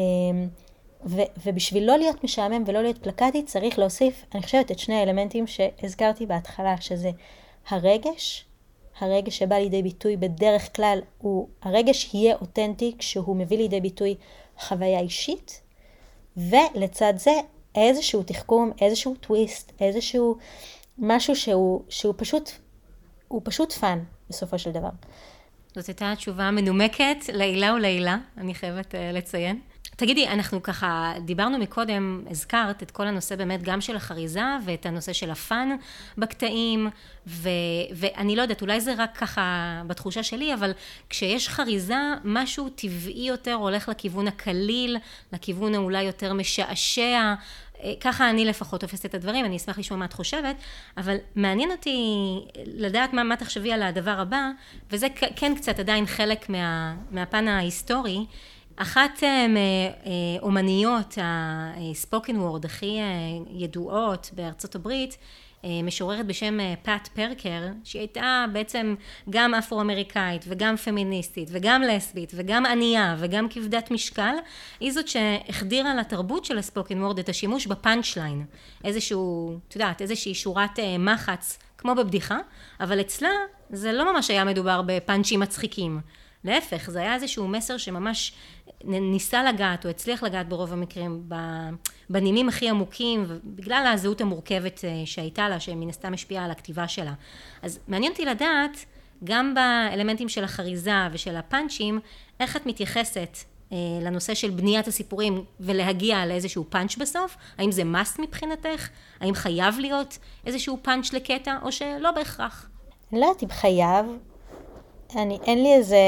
ובשביל לא להיות משעמם ולא להיות פלקטי, צריך להוסיף, אני חושבת, את שני האלמנטים שהזכרתי בהתחלה, שזה הרגש שבא לידי ביטוי בדרך כלל, הרגש יהיה אותנטי כשהוא מביא לידי ביטוי חוויה אישית, ולצד זה איזשהו תחכום, איזשהו טוויסט, איזשהו משהו שהוא פשוט פן בסופו של דבר. זאת הייתה תשובה מנומקת, לעילה ולעילה, אני חייבת לציין. תגידי, אנחנו ככה דיברנו מקודם, הזכרת את כל הנושא באמת גם של החריזה ואת הנושא של הפן בקטעים, ואני לא יודעת, אולי זה רק ככה בתחושה שלי, אבל כשיש חריזה, משהו טבעי יותר הולך לכיוון הקליל, לכיוון אולי יותר משעשע, ככה אני לפחות תופסת את הדברים, אני אשמח לשמוע מה את חושבת, אבל מעניין אותי לדעת מה תחשבי על הדבר הבא, וזה כן קצת עדיין חלק מהפן ההיסטורי. אחת מאומניות הספוקן וורד הכי ידועות בארצות הברית, משוררת בשם פאט פרקר, שהיא הייתה בעצם גם אפרו-אמריקאית וגם פמיניסטית וגם לסבית וגם ענייה וגם כבדת משקל, היא זאת שהחדירה לתרבות של הספוקן וורד את השימוש בפאנץ' ליין, איזושהי שורת מחץ כמו בבדיחה, אבל אצלה זה לא ממש היה מדובר בפאנצ'ים מצחיקים. להפך, זה היה איזשהו מסר שממש ניסה לגעת או הצליח לגעת ברוב המקרים בנימים הכי עמוקים, בגלל הזהות המורכבת שהייתה לה, שמן הסתם השפיעה על הכתיבה שלה. אז מעניין אותי לדעת, גם באלמנטים של החריזה ושל הפאנצ'ים, איך את מתייחסת לנושא של בניית הסיפורים ולהגיע לאיזשהו פאנץ' בסוף? האם זה מאסט מבחינתך? האם חייב להיות איזשהו פאנץ' לקטע או שלא בהכרח? אני לא יודעת אם חייב. אין לי איזה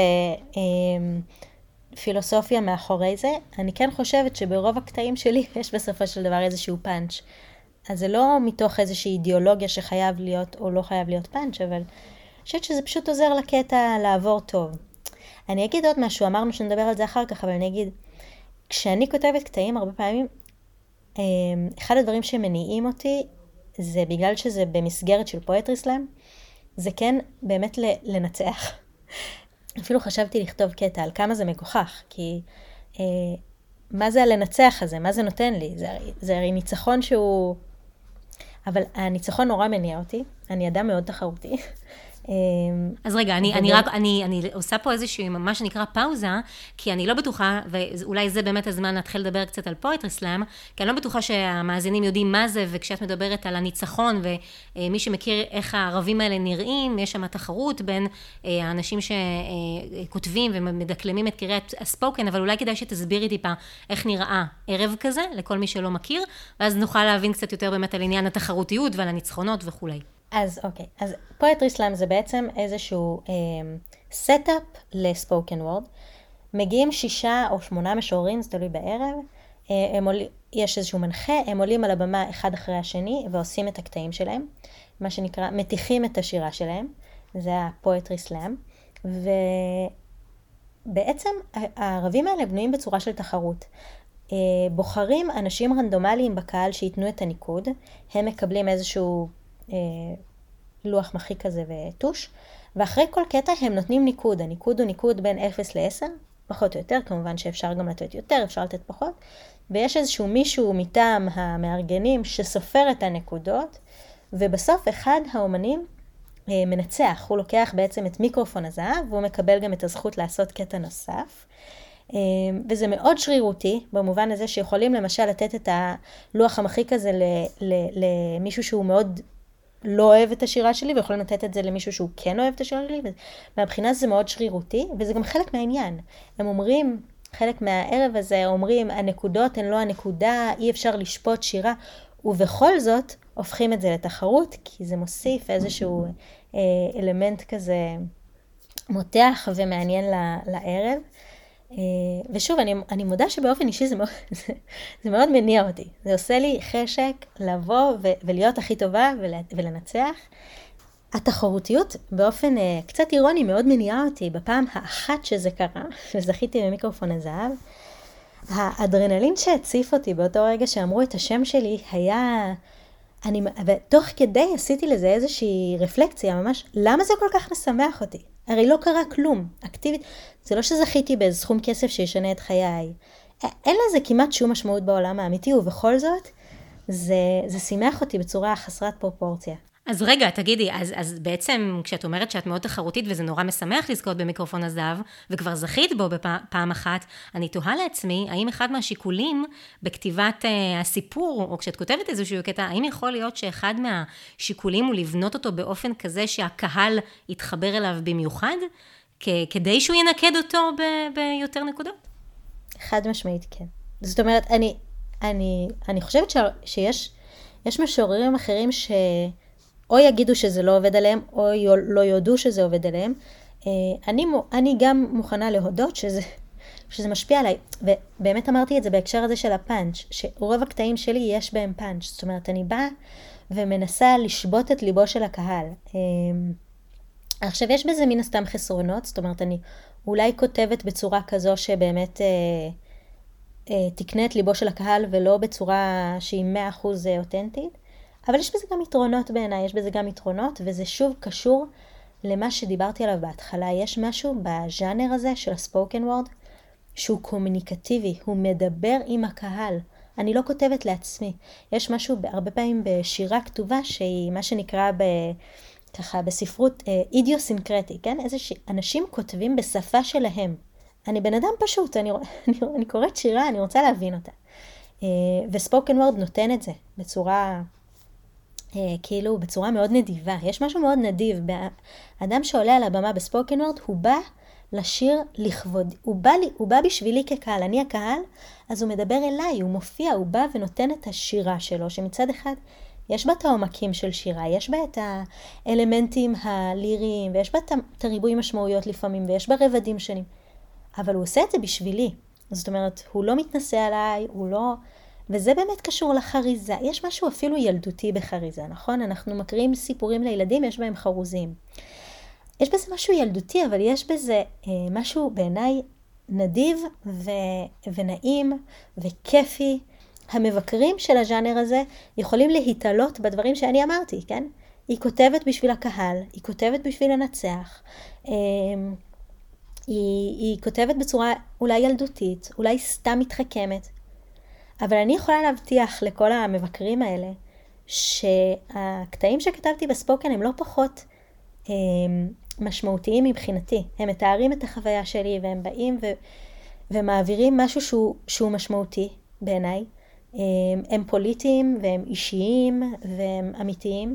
פילוסופיה מאחורי זה. אני כן חושבת שברוב הקטעים שלי יש בסופו של דבר איזשהו פאנץ'. אז זה לא מתוך איזושהי אידיאולוגיה שחייב להיות או לא חייב להיות פאנץ', אבל אני חושבת שזה פשוט עוזר לקטע לעבור טוב. אני אגיד עוד משהו, אמרנו שנדבר על זה אחר כך, אבל אני אגיד, כשאני כותבת קטעים הרבה פעמים, אחד הדברים שמניעים אותי, זה בגלל שזה במסגרת של פואטרי סלאם, זה כן באמת לנצח. אפילו חשבתי לכתוב קטע על כמה זה מגוחך, כי מה זה הלנצח הזה? מה זה נותן לי? זה הרי ניצחון שהוא... אבל הניצחון נורא מניע אותי, אני אדם מאוד תחרותי. אז רגע, אני עושה פה איזושהי, מה שנקרא פאוזה, כי אני לא בטוחה, ואולי זה באמת הזמן להתחיל לדבר קצת על פואטרי סלאם, כי אני לא בטוחה שהמאזינים יודעים מה זה, וכשאת מדברת על הניצחון, ומי שמכיר איך הערבים האלה נראים, יש שם תחרות בין האנשים שכותבים ומדקלמים את קריאת הספוקן, אבל אולי כדאי שתסבירי טיפה איך נראה ערב כזה, לכל מי שלא מכיר, ואז נוכל להבין קצת יותר באמת על עניין התחרותיות ועל הניצחונות וכולי. אז אוקיי, אז פואטרי סלאם זה בעצם איזשהו סטאפ לספוקן וורד. מגיעים 6 או 8 משוררים, זה תלוי בערב, יש איזשהו מנחה, הם עולים על הבמה אחד אחרי השני ועושים את הקטעים שלהם, מה שנקרא, מתיחים את השירה שלהם, זה הפואטרי סלאם, ובעצם הערבים האלה בנויים בצורה של תחרות. בוחרים אנשים רנדומליים בקהל שיתנו את הניקוד, הם מקבלים איזשהו לוח מחיק כזה וטוש, ואחרי כל קטע הם נותנים ניקוד. הניקוד הוא ניקוד בין 0 ל-10, פחות או יותר, כמובן שאפשר גם לתת יותר, אפשר לתת פחות, ויש איזשהו מישהו מטעם המארגנים שסופר את הנקודות, ובסוף אחד האומנים מנצח, הוא לוקח בעצם את מיקרופון הזהב, והוא מקבל גם את הזכות לעשות קטע נוסף, וזה מאוד שרירותי, במובן הזה שיכולים למשל לתת את הלוח המחיק הזה למישהו שהוא מאוד לא אוהב את השירה שלי, ויכולים לתת את זה למישהו שהוא כן אוהב את השירה שלי, ומבחינה זה מאוד שרירותי, וזה גם חלק מהעניין. הם אומרים, חלק מהערב הזה אומרים, הנקודות הן לא הנקודה, אי אפשר לשפוט שירה, ובכל זאת הופכים את זה לתחרות, כי זה מוסיף איזשהו אלמנט כזה מותח ומעניין לערב. ושוב, אני מודה שבאופן אישי זה מאוד מניע אותי. זה עושה לי חשק לבוא ולהיות הכי טובה ולנצח. התחרותיות באופן קצת אירוני מאוד מניעה אותי. בפעם האחת שזה קרה, שזכיתי במיקרופון הזהב, האדרנלין שהציף אותי באותו רגע שאמרו את השם שלי היה ותוך כדי עשיתי לזה איזושהי רפלקציה ממש, למה זה כל כך משמח אותי? הרי לא קרה כלום, אקטיבית, זה לא שזכיתי באיזה סכום כסף שישנה את חיי. אין לזה כמעט שום משמעות בעולם האמיתי, ובכל זאת, זה שימח אותי בצורה חסרת פרופורציה. אז רגע, תגידי, אז בעצם כשאת אומרת שאת מאוד תחרותית וזה נורא משמח לזכות במיקרופון הזהב, וכבר זכית בו בפעם אחת, אני תוהה לעצמי, האם אחד מהשיקולים בכתיבת הסיפור, או כשאת כותבת איזשהו קטע, האם יכול להיות שאחד מהשיקולים הוא לבנות אותו באופן כזה שהקהל יתחבר אליו במיוחד, כדי שהוא ינקד אותו ביותר נקודות? חד משמעית, כן. זאת אומרת, אני חושבת שיש משוררים אחרים או יגידו שזה לא עובד עליהם, או לא יודו שזה עובד עליהם. אני גם מוכנה להודות שזה משפיע עליי. ובאמת אמרתי את זה בהקשר הזה של הפאנץ', שרוב הקטעים שלי יש בהם פאנץ'. זאת אומרת, אני באה ומנסה לשבות את ליבו של הקהל. עכשיו, יש בזה מן הסתם חסרונות. זאת אומרת, אני אולי כותבת בצורה כזו שבאמת תקנה את ליבו של הקהל, ולא בצורה שהיא 100% אותנטית. אבל יש בזה גם יתרונות בעיניי, יש בזה גם יתרונות, וזה שוב קשור למה שדיברתי עליו בהתחלה. יש משהו בז'אנר הזה של הספוקן וורד, שהוא קומוניקטיבי, הוא מדבר עם הקהל. אני לא כותבת לעצמי. יש משהו הרבה פעמים בשירה כתובה, שהיא מה שנקרא ככה בספרות אידיוסינקרטי, כן? אנשים כותבים בשפה שלהם. אני בן אדם פשוט, אני קוראת שירה, אני רוצה להבין אותה. וספוקן וורד נותן את זה בצורה כאילו בצורה מאוד נדיבה. יש משהו מאוד נדיב. אדם שעולה על הבמה בספוקן וורד, הוא בא לשיר לכבוד. הוא בא בשבילי כקהל. אני הקהל, אז הוא מדבר אליי, הוא מופיע, הוא בא ונותן את השירה שלו, שמצד אחד יש בה את העומקים של שירה, יש בה את האלמנטים הליריים, ויש בה את הריבוי משמעויות לפעמים, ויש בה רבדים שונים. אבל הוא עושה את זה בשבילי. זאת אומרת, הוא לא מתנסה עליי, הוא לא... וזה באמת קשור לחריזה. יש משהו אפילו ילדותי בחריזה, נכון? אנחנו מקריאים סיפורים לילדים, יש בהם חרוזים. יש בזה משהו ילדותי, אבל יש בזה משהו בעיניי נדיב ונעים וכיפי. המבקרים של הז'אנר הזה יכולים להתעלות בדברים שאני אמרתי, כן? היא כותבת בשביל הקהל, היא כותבת בשביל לנצח, היא כותבת בצורה אולי ילדותית, אולי סתם מתחכמת. אבל אני יכולה להבטיח לכל המבקרים האלה, שהקטעים שכתבתי בספוקן הם לא פחות משמעותיים מבחינתי. הם מתארים את החוויה שלי, והם באים ומעבירים משהו שהוא משמעותי בעיניי. הם פוליטיים, והם אישיים, והם אמיתיים.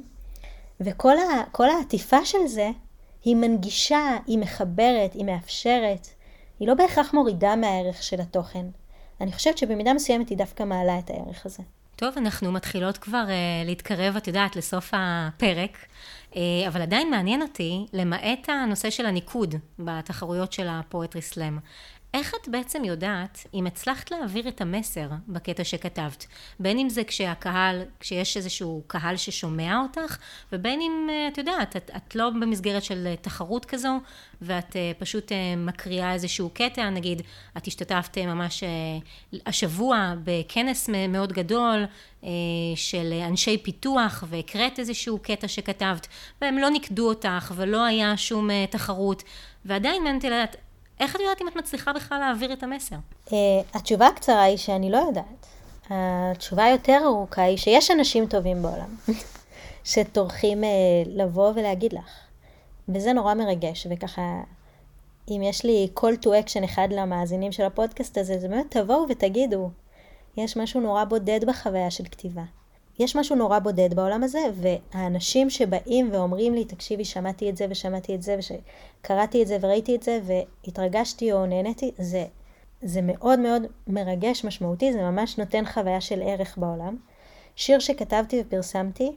וכל העטיפה של זה, היא מנגישה, היא מחברת, היא מאפשרת. היא לא בהכרח מורידה מהערך של התוכן. אני חושבת שבמידה מסוימת היא דווקא מעלה את הערך הזה. טוב, אנחנו מתחילות כבר להתקרב, את יודעת, לסוף הפרק, אבל עדיין מעניין אותי, למעט הנושא של הניקוד בתחרויות של הפואטרי סלאם. איך את בעצם יודעת אם הצלחת להעביר את המסר בקטע שכתבת? בין אם זה כשיש איזשהו קהל ששומע אותך, ובין אם, את יודעת, את לא במסגרת של תחרות כזו, ואת פשוט מקריאה איזשהו קטע, נגיד, את השתתפת ממש השבוע בכנס מאוד גדול של אנשי פיתוח, והקראת איזשהו קטע שכתבת, והם לא נקדו אותך, ולא היה שום תחרות, ועדיין מעניינתי לדעת, איך את יודעת אם את מצליחה בכלל להעביר את המסר? התשובה הקצרה היא שאני לא יודעת. התשובה יותר ארוכה היא שיש אנשים טובים בעולם, שטורחים לבוא ולהגיד לך. וזה נורא מרגש, וככה, אם יש לי call to action אחד למאזינים של הפודקאסט הזה, זה באמת תבואו ותגידו, יש משהו נורא בודד בחוויה של כתיבה. יש משהו נורא בודד בעולם הזה, והאנשים שבאים ואומרים לי, תקשיבי, שמעתי את זה ושמעתי את זה, ושקראתי את זה וראיתי את זה, והתרגשתי או נהניתי, זה מאוד מאוד מרגש, משמעותי, זה ממש נותן חוויה של ערך בעולם. שיר שכתבתי ופרסמתי,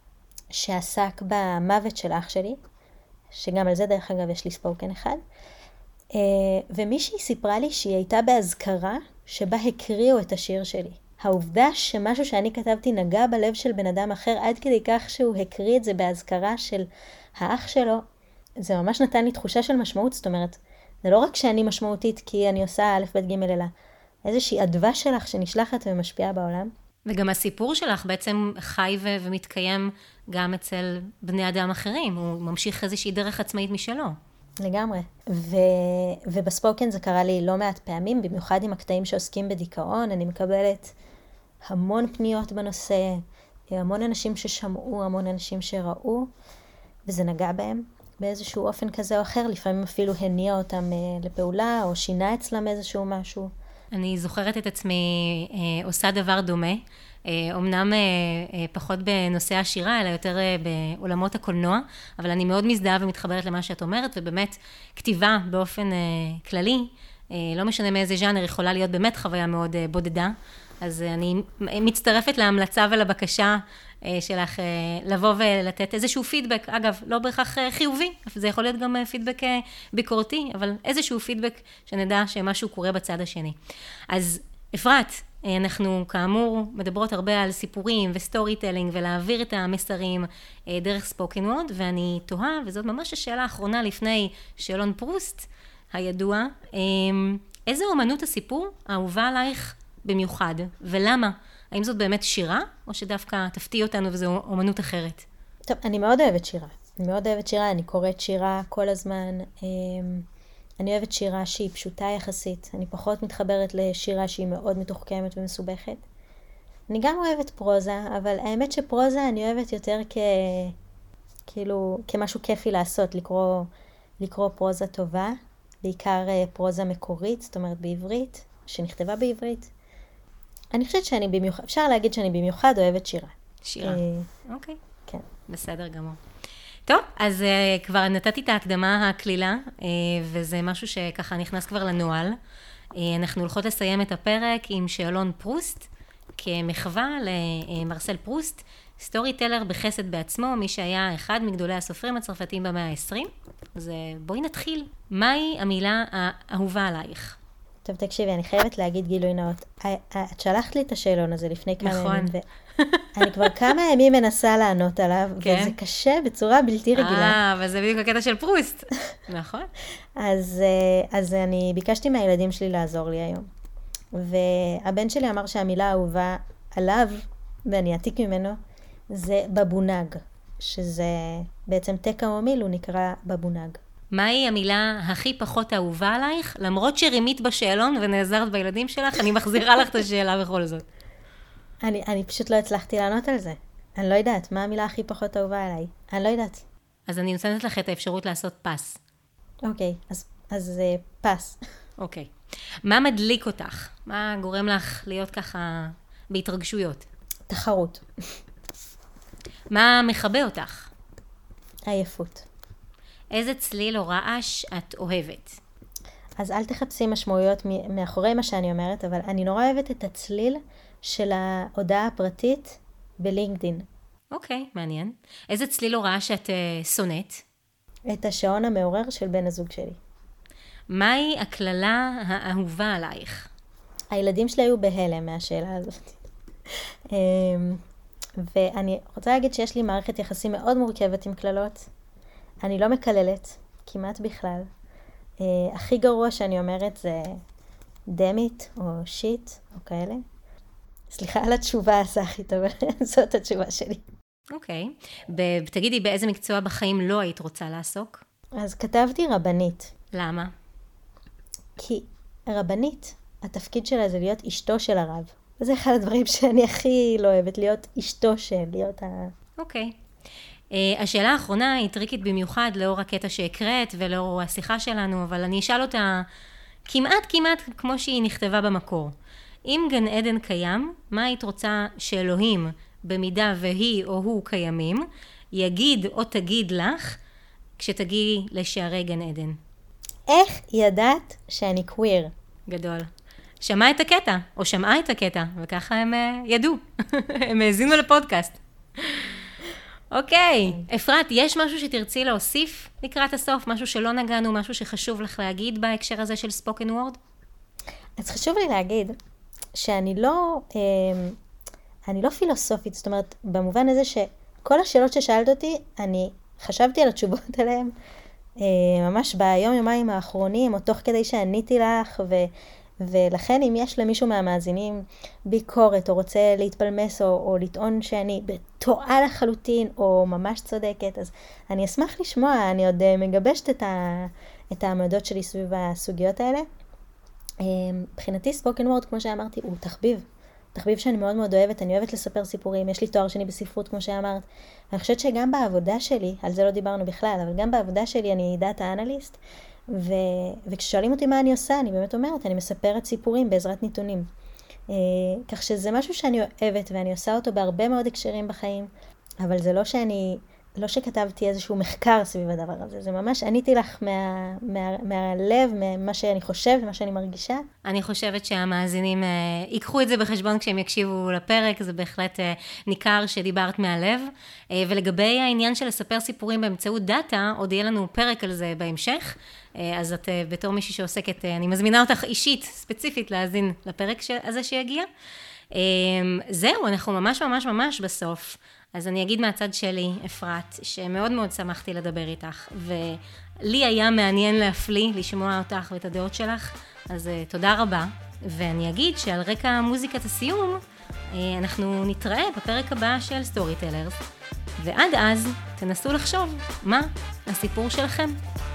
שעסק במוות של אח שלי, שגם על זה דרך אגב יש לי ספוקן אחד, ומישהי סיפרה לי שהיא הייתה בהזכרה שבה הקריאו את השיר שלי. העובדה שמשהו שאני כתבתי נגע בלב של בן אדם אחר, עד כדי כך שהוא הקריא את זה בהזכרה של האח שלו, זה ממש נתן לי תחושה של משמעות. זאת אומרת, זה לא רק שאני משמעותית כי אני עושה א' ב' ג' אלא איזושהי אדווה שלך שנשלחת ומשפיעה בעולם. וגם הסיפור שלך בעצם חי ומתקיים גם אצל בני אדם אחרים, הוא ממשיך איזושהי דרך עצמאית משלו. לגמרי. ובספוקן זה קרה לי לא מעט פעמים, במיוחד עם הקטעים שעוסקים בדיכאון, אני מקבלת המון פניות בנושא, המון אנשים ששמעו, המון אנשים שראו, וזה נגע בהם באיזשהו אופן כזה או אחר, לפעמים אפילו הניע אותם לפעולה, או שינה אצלם איזשהו משהו. אני זוכרת את עצמי עושה דבר דומה, אמנם פחות בנושא השירה, אלא יותר בעולמות הקולנוע, אבל אני מאוד מזדהה ומתחברת למה שאת אומרת, ובאמת כתיבה באופן כללי, לא משנה מאיזה ז'אנר, יכולה להיות באמת חוויה מאוד בודדה, אז אני מצטרפת להמלצה ולבקשה שלך לבוא ולתת איזשהו פידבק, אגב, לא בהכרח חיובי, זה יכול להיות גם פידבק ביקורתי, אבל איזשהו פידבק שנדע שמשהו קורה בצד השני. אז אפרת, אנחנו כאמור מדברות הרבה על סיפורים וסטורי טלינג ולהעביר את המסרים דרך ספוקן וורד, ואני תוהה, וזאת ממש השאלה האחרונה לפני שאלון פרוסט הידוע, איזה אומנות הסיפור אהובה עלייך במיוחד, ולמה? האם זאת באמת שירה, או שדווקא תפתיע אותנו וזו אומנות אחרת? טוב, אני מאוד אוהבת שירה. אני קוראת שירה כל הזמן. אני אוהבת שירה שהיא פשוטה יחסית. אני פחות מתחברת לשירה שהיא מאוד מתוחכמת ומסובכת. אני גם אוהבת פרוזה, אבל האמת שפרוזה אני אוהבת יותר כמשהו כיפי לעשות, לקרוא פרוזה טובה, בעיקר פרוזה מקורית, זאת אומרת בעברית, שנכתבה בעברית. אני חושבת אפשר להגיד שאני במיוחד אוהבת שירה. שירה, אוקיי. כן. בסדר גמור. טוב, אז כבר נתתי את ההקדמה הכלילה, וזה משהו שככה נכנס כבר לנועל. אנחנו הולכות לסיים את הפרק עם שאלון פרוסט, כמחווה למרסל פרוסט, סטורי טלר בחסד בעצמו, מי שהיה אחד מגדולי הסופרים הצרפתיים במאה ה-20. אז בואי נתחיל. מהי המילה האהובה עלייך? טוב, תקשיבי, אני חייבת להגיד גילוי נאות. את שלחת לי את השאלון הזה לפני כמה ימים, ואני כבר כמה ימים מנסה לענות עליו, וזה קשה בצורה בלתי רגילה. אבל זה בדיוק הקטע של פרוסט. נכון. אז אני ביקשתי מהילדים שלי לעזור לי היום. והבן שלי אמר שהמילה האהובה עליו, ואני אעתיק ממנו, זה בבונג, שזה בעצם תקע או מיל, הוא נקרא בבונג. מהי המילה הכי פחות אהובה עלייך? למרות שרימית בשאלון ונעזרת בילדים שלך, אני מחזירה לך את השאלה בכל זאת. אני פשוט לא הצלחתי לענות על זה. אני לא יודעת, מה המילה הכי פחות אהובה עליי? אני לא יודעת. אז אני נותנת לך את האפשרות לעשות פס. אוקיי, אז פס. אוקיי. מה מדליק אותך? מה גורם לך להיות ככה בהתרגשויות? תחרות. מה מחבא אותך? עייפות. איזה צליל או רעש את אוהבת? אז אל תחפשי משמעויות מאחורי מה שאני אומרת, אבל אני נורא אוהבת את הצליל של ההודעה הפרטית בלינקדין. אוקיי, מעניין. איזה צליל או רעש את שונאת? את השעון המעורר של בן הזוג שלי. מהי הכללה האהובה עלייך? הילדים שלי היו בהלם מהשאלה הזאת. ואני רוצה להגיד שיש לי מערכת יחסים מאוד מורכבת עם כללות. אני לא מקללת, כמעט בכלל. הכי גרוע שאני אומרת זה דמית או שיט או כאלה. סליחה על התשובה הסאחית, אבל זאת התשובה שלי. אוקיי. תגידי, באיזה מקצוע בחיים לא היית רוצה לעסוק? אז כתבתי רבנית. למה? כי רבנית, התפקיד שלה זה להיות אשתו של הרב. וזה אחד הדברים שאני הכי לא אוהבת, להיות אשתו של, להיות אוקיי. השאלה האחרונה היא טריקית במיוחד לאור הקטע שהקראת ולאור השיחה שלנו, אבל אני אשאל אותה כמעט כמו שהיא נכתבה במקור. אם גן עדן קיים, מה היית רוצה שאלוהים, במידה והיא או הוא קיימים, יגיד או תגיד לך כשתגיעי לשערי גן עדן? איך ידעת שאני קוויר? גדול. שמעה את הקטע, או שמעה את הקטע, וככה הם ידעו. הם האזינו לפודקאסט. אוקיי, אפרת, יש משהו שתרצי להוסיף לקראת הסוף? משהו שלא נגענו, משהו שחשוב לך להגיד בהקשר הזה של ספוקן וורד? אז חשוב לי להגיד שאני לא פילוסופית, זאת אומרת, במובן הזה שכל השאלות ששאלת אותי, אני חשבתי על התשובות עליהן, ממש ביום-יומיים האחרונים, או תוך כדי שעניתי לך, ולכן אם יש למישהו מהמאזינים ביקורת, או רוצה להתפלמס, או לטעון שאני טועה לחלוטין, או ממש צודקת, אז אני אשמח לשמוע, אני עוד מגבשת את העמדות שלי סביב הסוגיות האלה. מבחינתי ספוקן וורד, כמו שאמרתי, הוא תחביב שאני מאוד מאוד אוהבת, אני אוהבת לספר סיפורים, יש לי תואר שני בספרות, כמו שאמרת. אני חושבת שגם בעבודה שלי, על זה לא דיברנו בכלל, אבל גם בעבודה שלי אני דאטה אנליסט, וכששואלים אותי מה אני עושה, אני באמת אומרת, אני מספרת סיפורים בעזרת נתונים. כך שזה משהו שאני אוהבת, ואני עושה אותו בהרבה מאוד הקשרים בחיים, אבל זה לא שכתבתי איזשהו מחקר סביב הדבר הזה, זה ממש עניתי לך מהלב, ממה שאני חושבת, מה שאני מרגישה. אני חושבת שהמאזינים ייקחו את זה בחשבון כשהם יקשיבו לפרק, זה בהחלט ניכר שדיברת מהלב. ולגבי העניין של לספר סיפורים באמצעות דאטה, עוד יהיה לנו פרק על זה בהמשך, אז את בתור מישהי שעוסקת, אני מזמינה אותך אישית, ספציפית, להאזין לפרק הזה שיגיע. זהו, אנחנו ממש ממש ממש בסוף. אז אני אגיד מהצד שלי, אפרת, שמאוד מאוד שמחתי לדבר איתך, ולי היה מעניין להפליא, לשמוע אותך ואת הדעות שלך, אז תודה רבה. ואני אגיד שעל רקע מוזיקת הסיום, אנחנו נתראה בפרק הבא של סטורי טלרס, ועד אז תנסו לחשוב מה הסיפור שלכם.